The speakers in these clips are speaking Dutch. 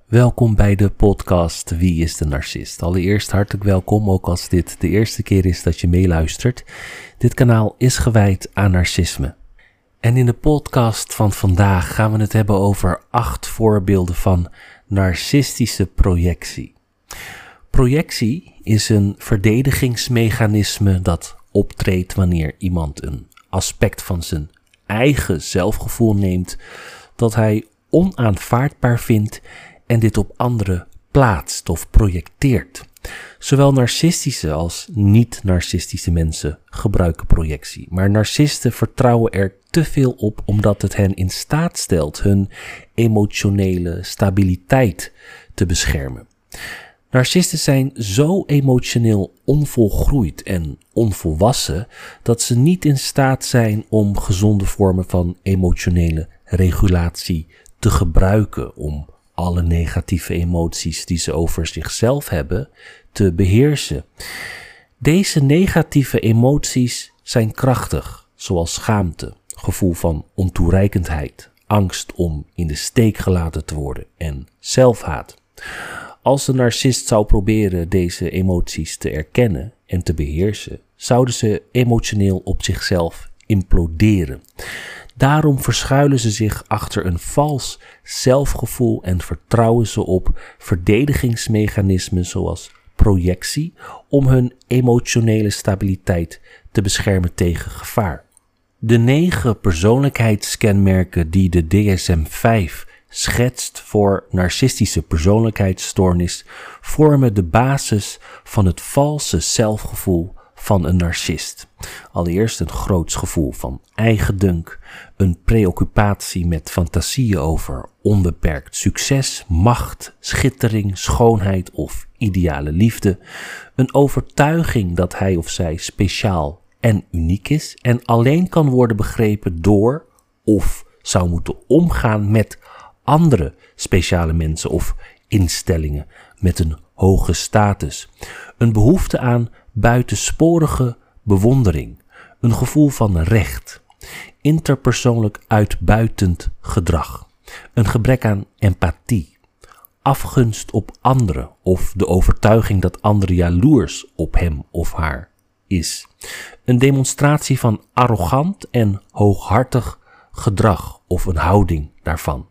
Welkom bij de podcast Wie is de Narcist? Allereerst hartelijk welkom, ook als dit de eerste keer is dat je meeluistert. Dit kanaal is gewijd aan narcisme. En in de podcast van vandaag gaan we het hebben over 8 voorbeelden van narcistische projectie. Projectie is een verdedigingsmechanisme dat optreedt wanneer iemand een aspect van zijn eigen zelfgevoel neemt dat hij onaanvaardbaar vindt en dit op anderen plaatst of projecteert. Zowel narcistische als niet-narcistische mensen gebruiken projectie, maar narcisten vertrouwen er te veel op omdat het hen in staat stelt hun emotionele stabiliteit te beschermen. Narcisten zijn zo emotioneel onvolgroeid en onvolwassen dat ze niet in staat zijn om gezonde vormen van emotionele regulatie te gebruiken om alle negatieve emoties die ze over zichzelf hebben te beheersen. Deze negatieve emoties zijn krachtig, zoals schaamte, gevoel van ontoereikendheid, angst om in de steek gelaten te worden en zelfhaat. Als de narcist zou proberen deze emoties te erkennen en te beheersen, zouden ze emotioneel op zichzelf imploderen. Daarom verschuilen ze zich achter een vals zelfgevoel en vertrouwen ze op verdedigingsmechanismen zoals projectie om hun emotionele stabiliteit te beschermen tegen gevaar. De 9 persoonlijkheidskenmerken die de DSM-5 schetst voor narcistische persoonlijkheidsstoornis vormen de basis van het valse zelfgevoel van een narcist. Allereerst een groots gevoel van eigendunk, een preoccupatie met fantasieën over onbeperkt succes, macht, schittering, schoonheid of ideale liefde, een overtuiging dat hij of zij speciaal en uniek is en alleen kan worden begrepen door of zou moeten omgaan met andere speciale mensen of instellingen met een hoge status, een behoefte aan buitensporige bewondering, een gevoel van recht, interpersoonlijk uitbuitend gedrag, een gebrek aan empathie, afgunst op anderen of de overtuiging dat anderen jaloers op hem of haar is, een demonstratie van arrogant en hooghartig gedrag of een houding daarvan.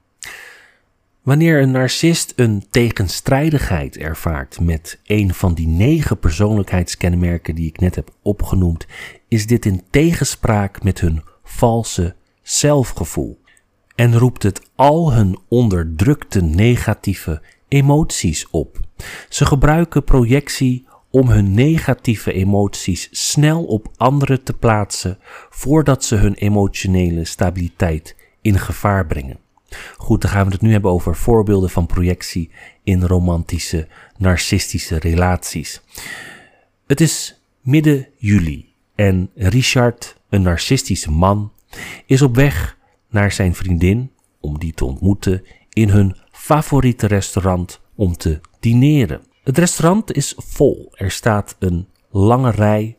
Wanneer een narcist een tegenstrijdigheid ervaart met een van die 9 persoonlijkheidskenmerken die ik net heb opgenoemd, is dit in tegenspraak met hun valse zelfgevoel en roept het al hun onderdrukte negatieve emoties op. Ze gebruiken projectie om hun negatieve emoties snel op anderen te plaatsen voordat ze hun emotionele stabiliteit in gevaar brengen. Goed, dan gaan we het nu hebben over voorbeelden van projectie in romantische, narcistische relaties. Het is midden juli en Richard, een narcistische man, is op weg naar zijn vriendin om die te ontmoeten in hun favoriete restaurant om te dineren. Het restaurant is vol. Er staat een lange rij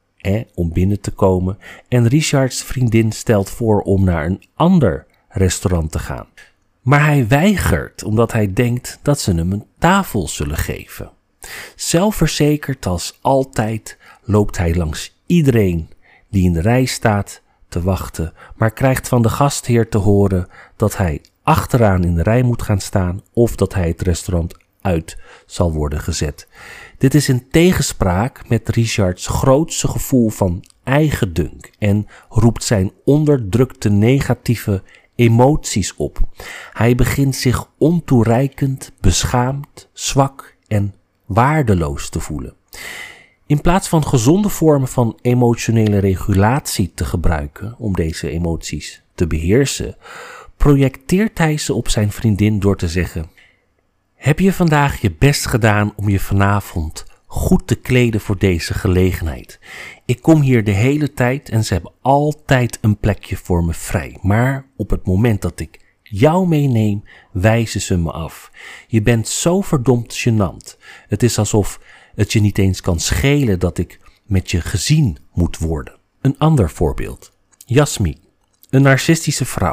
om binnen te komen en Richards vriendin stelt voor om naar een ander restaurant te gaan. Maar hij weigert omdat hij denkt dat ze hem een tafel zullen geven. Zelfverzekerd als altijd loopt hij langs iedereen die in de rij staat te wachten, maar krijgt van de gastheer te horen dat hij achteraan in de rij moet gaan staan of dat hij het restaurant uit zal worden gezet. Dit is in tegenspraak met Richards grootste gevoel van eigendunk en roept zijn onderdrukte negatieve emoties op. Hij begint zich ontoereikend, beschaamd, zwak en waardeloos te voelen. In plaats van gezonde vormen van emotionele regulatie te gebruiken om deze emoties te beheersen, projecteert hij ze op zijn vriendin door te zeggen: heb je vandaag je best gedaan om je vanavond goed te kleden voor deze gelegenheid? Ik kom hier de hele tijd en ze hebben altijd een plekje voor me vrij. Maar op het moment dat ik jou meeneem, wijzen ze me af. Je bent zo verdomd gênant. Het is alsof het je niet eens kan schelen dat ik met je gezien moet worden. Een ander voorbeeld. Jasmin, een narcistische vrouw.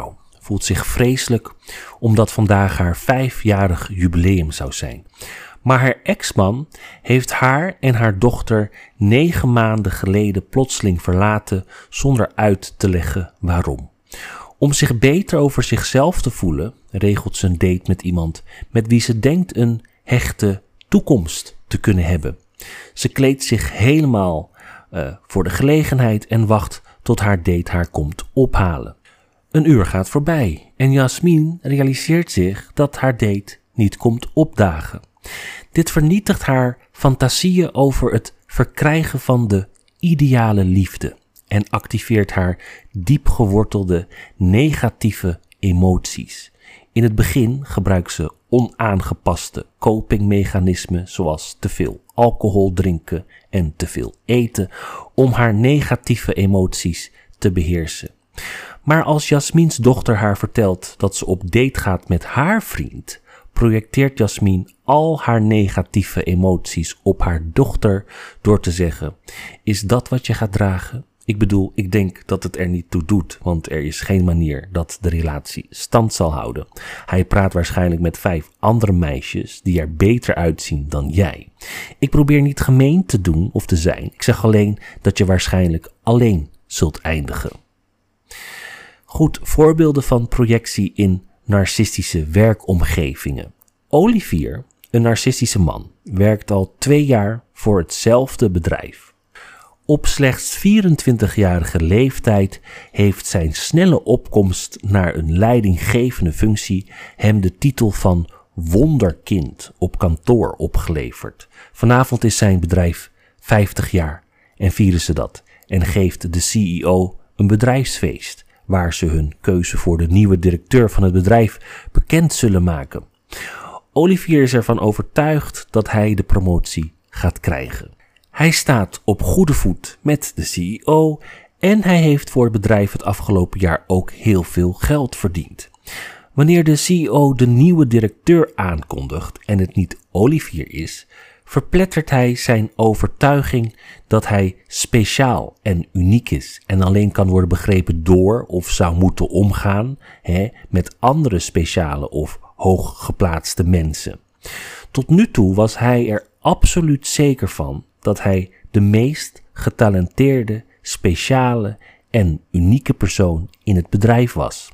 voelt zich vreselijk omdat vandaag haar 5-jarig jubileum zou zijn. Maar haar ex-man heeft haar en haar dochter 9 maanden geleden plotseling verlaten zonder uit te leggen waarom. Om zich beter over zichzelf te voelen, regelt ze een date met iemand met wie ze denkt een hechte toekomst te kunnen hebben. Ze kleedt zich helemaal voor de gelegenheid en wacht tot haar date haar komt ophalen. Een uur gaat voorbij en Jasmin realiseert zich dat haar date niet komt opdagen. Dit vernietigt haar fantasieën over het verkrijgen van de ideale liefde en activeert haar diep gewortelde negatieve emoties. In het begin gebruikt ze onaangepaste copingmechanismen zoals te veel alcohol drinken en te veel eten om haar negatieve emoties te beheersen. Maar als Jasmins dochter haar vertelt dat ze op date gaat met haar vriend, projecteert Jasmin al haar negatieve emoties op haar dochter door te zeggen: is dat wat je gaat dragen? Ik bedoel, ik denk dat het er niet toe doet, want er is geen manier dat de relatie stand zal houden. Hij praat waarschijnlijk met 5 andere meisjes die er beter uitzien dan jij. Ik probeer niet gemeen te doen of te zijn. Ik zeg alleen dat je waarschijnlijk alleen zult eindigen. Goed, voorbeelden van projectie in narcistische werkomgevingen. Olivier, een narcistische man, werkt al 2 jaar voor hetzelfde bedrijf. Op slechts 24-jarige leeftijd heeft zijn snelle opkomst naar een leidinggevende functie hem de titel van wonderkind op kantoor opgeleverd. Vanavond is zijn bedrijf 50 jaar en vieren ze dat en geeft de CEO een bedrijfsfeest waar ze hun keuze voor de nieuwe directeur van het bedrijf bekend zullen maken. Olivier is ervan overtuigd dat hij de promotie gaat krijgen. Hij staat op goede voet met de CEO en hij heeft voor het bedrijf het afgelopen jaar ook heel veel geld verdiend. Wanneer de CEO de nieuwe directeur aankondigt en het niet Olivier is, verplettert hij zijn overtuiging dat hij speciaal en uniek is en alleen kan worden begrepen door of zou moeten omgaan met andere speciale of hooggeplaatste mensen. Tot nu toe was hij er absoluut zeker van dat hij de meest getalenteerde, speciale en unieke persoon in het bedrijf was.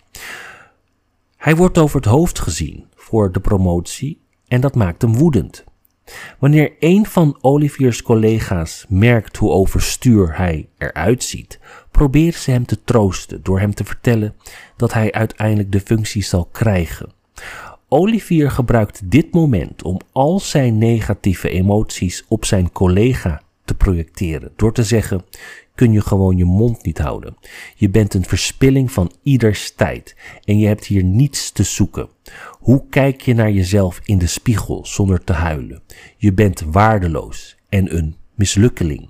Hij wordt over het hoofd gezien voor de promotie en dat maakt hem woedend. Wanneer een van Oliviers collega's merkt hoe overstuur hij eruit ziet, proberen ze hem te troosten door hem te vertellen dat hij uiteindelijk de functie zal krijgen. Olivier gebruikt dit moment om al zijn negatieve emoties op zijn collega te projecteren. Door te zeggen: kun je gewoon je mond niet houden. Je bent een verspilling van ieders tijd en je hebt hier niets te zoeken. Hoe kijk je naar jezelf in de spiegel zonder te huilen? Je bent waardeloos en een mislukkeling.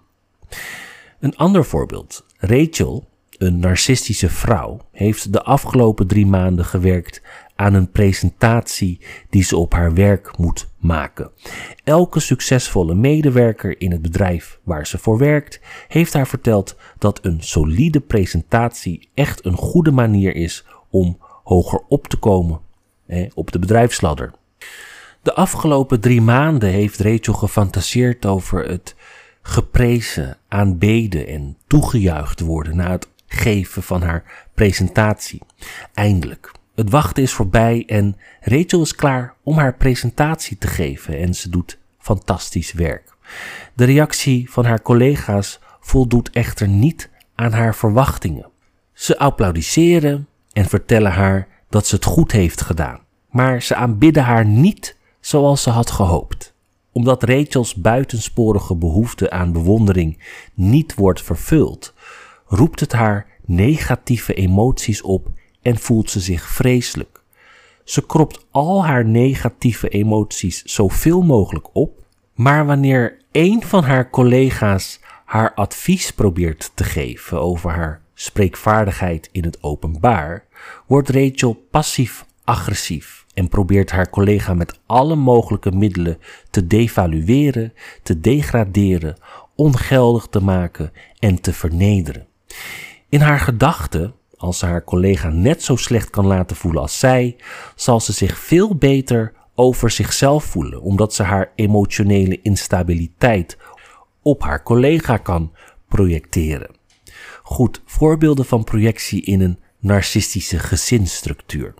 Een ander voorbeeld. Rachel, een narcistische vrouw, heeft de afgelopen 3 maanden gewerkt aan een presentatie die ze op haar werk moet maken. Elke succesvolle medewerker in het bedrijf waar ze voor werkt, heeft haar verteld dat een solide presentatie echt een goede manier is om hoger op te komen op de bedrijfsladder. De afgelopen 3 maanden heeft Rachel gefantaseerd over het geprezen, aanbeden en toegejuicht worden na het geven van haar presentatie. Eindelijk. Het wachten is voorbij en Rachel is klaar om haar presentatie te geven en ze doet fantastisch werk. De reactie van haar collega's voldoet echter niet aan haar verwachtingen. Ze applaudisseren en vertellen haar dat ze het goed heeft gedaan, maar ze aanbidden haar niet zoals ze had gehoopt. Omdat Rachels buitensporige behoefte aan bewondering niet wordt vervuld, roept het haar negatieve emoties op en voelt ze zich vreselijk. Ze kropt al haar negatieve emoties zoveel mogelijk op, maar wanneer een van haar collega's haar advies probeert te geven over haar spreekvaardigheid in het openbaar, wordt Rachel passief-agressief en probeert haar collega met alle mogelijke middelen te devalueren, te degraderen, ongeldig te maken en te vernederen. In haar gedachten Als ze haar collega net zo slecht kan laten voelen als zij, zal ze zich veel beter over zichzelf voelen, omdat ze haar emotionele instabiliteit op haar collega kan projecteren. Goed, voorbeelden van projectie in een narcistische gezinsstructuur.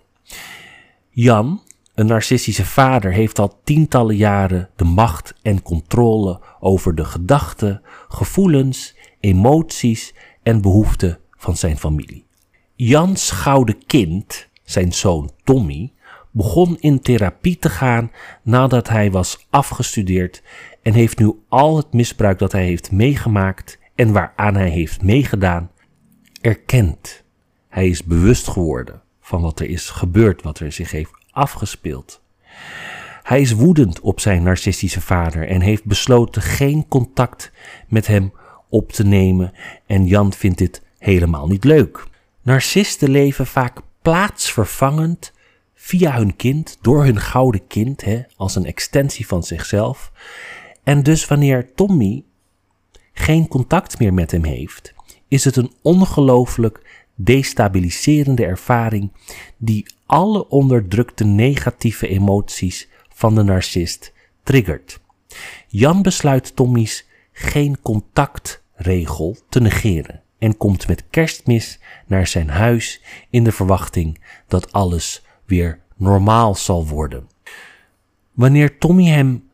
Jan, een narcistische vader, heeft al tientallen jaren de macht en controle over de gedachten, gevoelens, emoties en behoeften van zijn familie. Jans gouden kind, zijn zoon Tommy, begon in therapie te gaan nadat hij was afgestudeerd en heeft nu al het misbruik dat hij heeft meegemaakt en waaraan hij heeft meegedaan, erkend. Hij is bewust geworden van wat er is gebeurd, wat er zich heeft afgespeeld. Hij is woedend op zijn narcistische vader en heeft besloten geen contact met hem op te nemen en Jan vindt dit helemaal niet leuk. Narcisten leven vaak plaatsvervangend via hun kind, door hun gouden kind, als een extensie van zichzelf. En dus wanneer Tommy geen contact meer met hem heeft, is het een ongelooflijk destabiliserende ervaring die alle onderdrukte negatieve emoties van de narcist triggert. Jan besluit Tommy's geen contactregel te negeren en komt met Kerstmis naar zijn huis in de verwachting dat alles weer normaal zal worden. Wanneer Tommy hem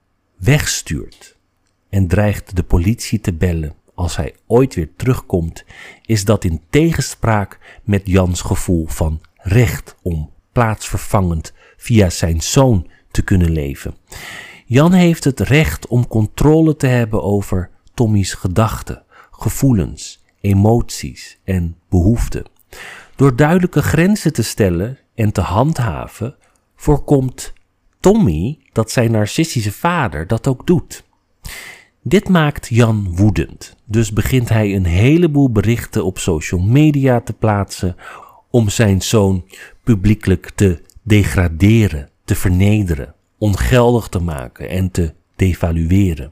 wegstuurt en dreigt de politie te bellen als hij ooit weer terugkomt, is dat in tegenspraak met Jans gevoel van recht om plaatsvervangend via zijn zoon te kunnen leven. Jan heeft het recht om controle te hebben over Tommy's gedachten, gevoelens, emoties en behoeften. Door duidelijke grenzen te stellen en te handhaven, voorkomt Tommy dat zijn narcistische vader dat ook doet. Dit maakt Jan woedend, dus begint hij een heleboel berichten op social media te plaatsen om zijn zoon publiekelijk te degraderen, te vernederen, ongeldig te maken en te devalueren.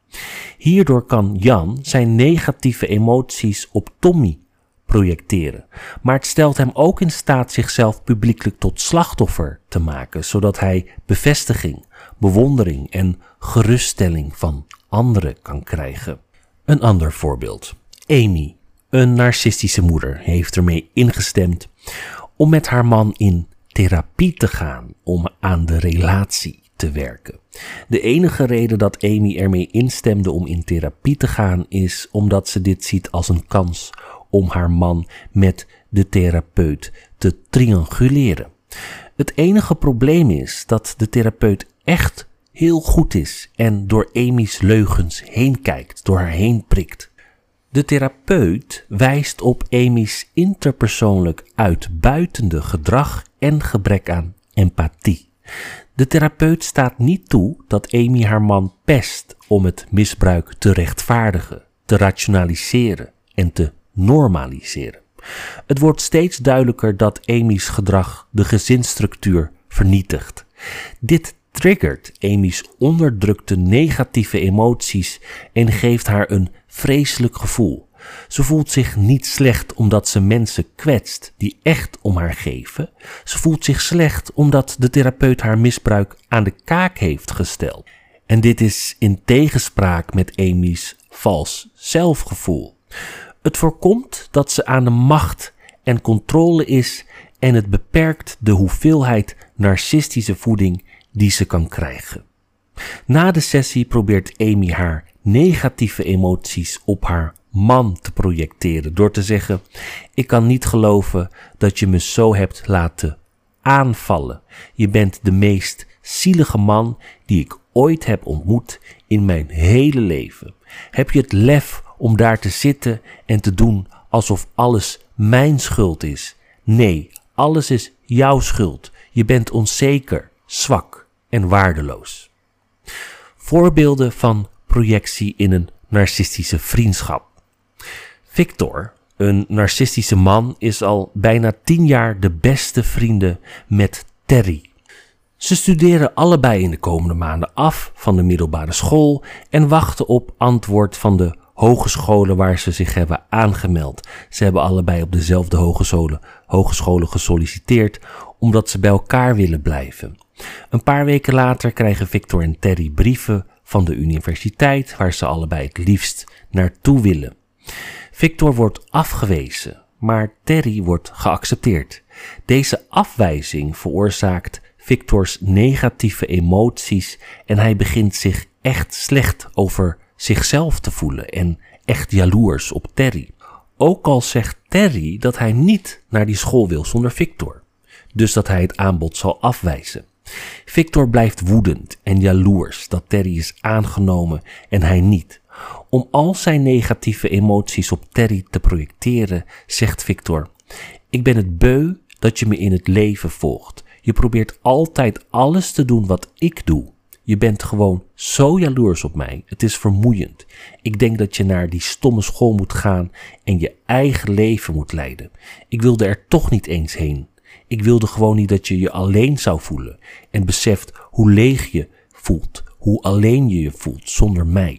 Hierdoor kan Jan zijn negatieve emoties op Tommy projecteren, maar het stelt hem ook in staat zichzelf publiekelijk tot slachtoffer te maken, zodat hij bevestiging, bewondering en geruststelling van anderen kan krijgen. Een ander voorbeeld. Amy, een narcistische moeder, heeft ermee ingestemd om met haar man in therapie te gaan om aan de relatie te werken. De enige reden dat Amy ermee instemde om in therapie te gaan is omdat ze dit ziet als een kans om haar man met de therapeut te trianguleren. Het enige probleem is dat de therapeut echt heel goed is en door Amy's leugens heen kijkt, door haar heen prikt. De therapeut wijst op Amy's interpersoonlijk uitbuitende gedrag en gebrek aan empathie. De therapeut staat niet toe dat Amy haar man pest om het misbruik te rechtvaardigen, te rationaliseren en te normaliseren. Het wordt steeds duidelijker dat Amy's gedrag de gezinsstructuur vernietigt. Dit triggert Amy's onderdrukte negatieve emoties en geeft haar een vreselijk gevoel. Ze voelt zich niet slecht omdat ze mensen kwetst die echt om haar geven. Ze voelt zich slecht omdat de therapeut haar misbruik aan de kaak heeft gesteld. En dit is in tegenspraak met Amy's vals zelfgevoel. Het voorkomt dat ze aan de macht en controle is en het beperkt de hoeveelheid narcistische voeding die ze kan krijgen. Na de sessie probeert Amy haar negatieve emoties op haar man te projecteren door te zeggen: ik kan niet geloven dat je me zo hebt laten aanvallen. Je bent de meest zielige man die ik ooit heb ontmoet in mijn hele leven. Heb je het lef om daar te zitten en te doen alsof alles mijn schuld is? Nee, alles is jouw schuld. Je bent onzeker, zwak en waardeloos. Voorbeelden van projectie in een narcistische vriendschap. Victor, een narcistische man, is al bijna 10 jaar de beste vrienden met Terry. Ze studeren allebei in de komende maanden af van de middelbare school en wachten op antwoord van de hogescholen waar ze zich hebben aangemeld. Ze hebben allebei op dezelfde hogescholen gesolliciteerd, omdat ze bij elkaar willen blijven. Een paar weken later krijgen Victor en Terry brieven van de universiteit waar ze allebei het liefst naartoe willen. Victor wordt afgewezen, maar Terry wordt geaccepteerd. Deze afwijzing veroorzaakt Victors negatieve emoties en hij begint zich echt slecht over zichzelf te voelen en echt jaloers op Terry. Ook al zegt Terry dat hij niet naar die school wil zonder Victor, dus dat hij het aanbod zal afwijzen. Victor blijft woedend en jaloers dat Terry is aangenomen en hij niet. Om al zijn negatieve emoties op Terry te projecteren, zegt Victor: ik ben het beu dat je me in het leven volgt. Je probeert altijd alles te doen wat ik doe. Je bent gewoon zo jaloers op mij. Het is vermoeiend. Ik denk dat je naar die stomme school moet gaan en je eigen leven moet leiden. Ik wilde er toch niet eens heen. Ik wilde gewoon niet dat je je alleen zou voelen en beseft hoe leeg je voelt, hoe alleen je je voelt zonder mij.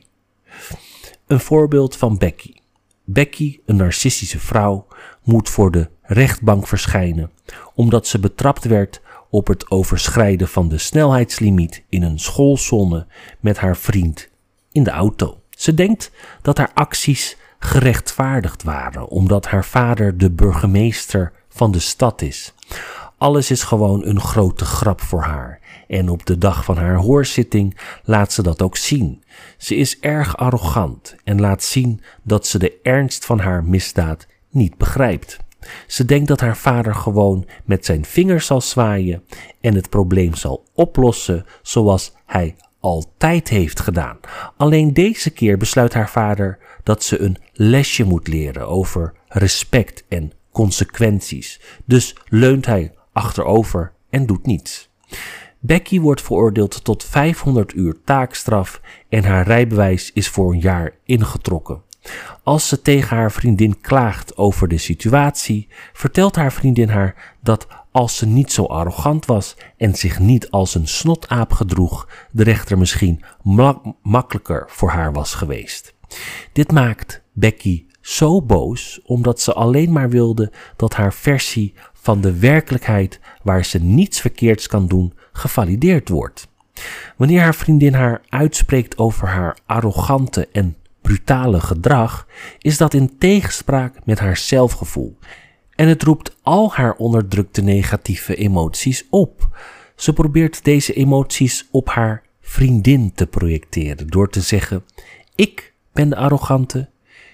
Een voorbeeld van Becky. Becky, een narcistische vrouw, moet voor de rechtbank verschijnen omdat ze betrapt werd op het overschrijden van de snelheidslimiet in een schoolzone met haar vriend in de auto. Ze denkt dat haar acties gerechtvaardigd waren omdat haar vader de burgemeester van de stad is. Alles is gewoon een grote grap voor haar en op de dag van haar hoorzitting laat ze dat ook zien. Ze is erg arrogant en laat zien dat ze de ernst van haar misdaad niet begrijpt. Ze denkt dat haar vader gewoon met zijn vingers zal zwaaien en het probleem zal oplossen zoals hij altijd heeft gedaan. Alleen deze keer besluit haar vader dat ze een lesje moet leren over respect en consequenties. Dus leunt hij achterover en doet niets. Becky wordt veroordeeld tot 500 uur taakstraf en haar rijbewijs is voor een jaar ingetrokken. Als ze tegen haar vriendin klaagt over de situatie, vertelt haar vriendin haar dat als ze niet zo arrogant was en zich niet als een snotaap gedroeg, de rechter misschien makkelijker voor haar was geweest. Dit maakt Becky zo boos omdat ze alleen maar wilde dat haar versie van de werkelijkheid waar ze niets verkeerds kan doen gevalideerd wordt. Wanneer haar vriendin haar uitspreekt over haar arrogante en brutale gedrag, is dat in tegenspraak met haar zelfgevoel. En het roept al haar onderdrukte negatieve emoties op. Ze probeert deze emoties op haar vriendin te projecteren door te zeggen: ik ben de arrogante.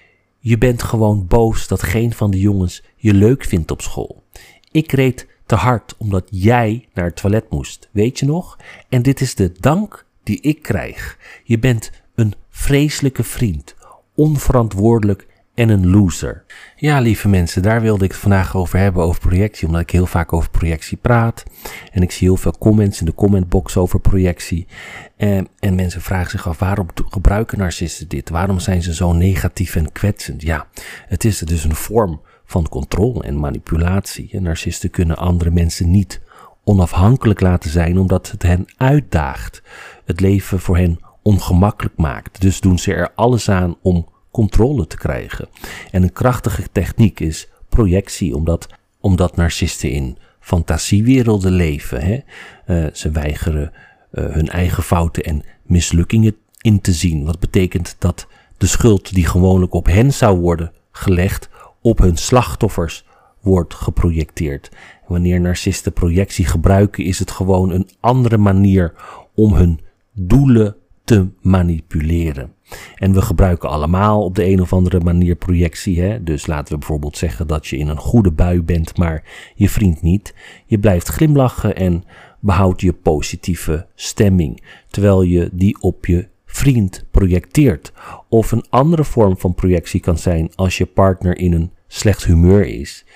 Je bent gewoon boos dat geen van de jongens je leuk vindt op school. Ik reed te hard omdat jij naar het toilet moest, weet je nog? En dit is de dank die ik krijg. Je bent een vreselijke vriend, onverantwoordelijk en een loser. Ja, lieve mensen, daar wilde ik het vandaag over hebben, over projectie, omdat ik heel vaak over projectie praat. En ik zie heel veel comments in de commentbox over projectie. En mensen vragen zich af, waarom gebruiken narcisten dit? Waarom zijn ze zo negatief en kwetsend? Ja, het is dus een vorm van controle en manipulatie. En narcisten kunnen andere mensen niet onafhankelijk laten zijn, omdat het hen uitdaagt. Het leven voor hen ongemakkelijk maakt. Dus doen ze er alles aan om controle te krijgen. En een krachtige techniek is projectie, omdat narcisten in fantasiewerelden leven. Hè? Ze weigeren hun eigen fouten en mislukkingen in te zien. Wat betekent dat de schuld die gewoonlijk op hen zou worden gelegd, op hun slachtoffers wordt geprojecteerd. Wanneer narcisten projectie gebruiken, is het gewoon een andere manier om hun doelen te manipuleren. En we gebruiken allemaal op de een of andere manier projectie. Hè? Dus laten we bijvoorbeeld zeggen dat je in een goede bui bent, maar je vriend niet. Je blijft glimlachen en behoudt je positieve stemming, terwijl je die op je vriend projecteert. Of een andere vorm van projectie kan zijn als je partner in een slecht humeur is.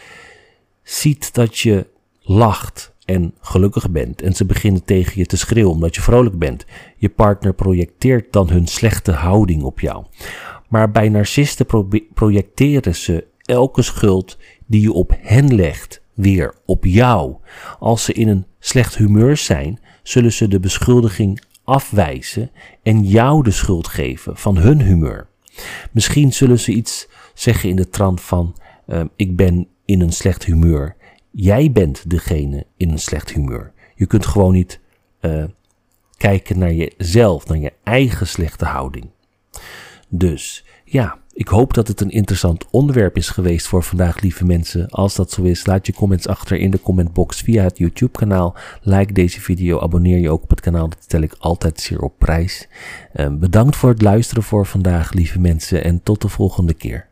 Ziet dat je lacht en gelukkig bent en ze beginnen tegen je te schreeuwen omdat je vrolijk bent. Je partner projecteert dan hun slechte houding op jou. Maar bij narcisten projecteren ze elke schuld die je op hen legt weer op jou. Als ze in een slecht humeur zijn, zullen ze de beschuldiging afwijzen en jou de schuld geven van hun humeur. Misschien zullen ze iets zeggen in de trant van, ik ben in een slecht humeur. Jij bent degene in een slecht humeur. Je kunt gewoon niet kijken naar jezelf, naar je eigen slechte houding. Dus ja, ik hoop dat het een interessant onderwerp is geweest voor vandaag, lieve mensen. Als dat zo is, laat je comments achter in de commentbox via het YouTube-kanaal. Like deze video, abonneer je ook op het kanaal, dat stel ik altijd zeer op prijs. Bedankt voor het luisteren voor vandaag, lieve mensen, en tot de volgende keer.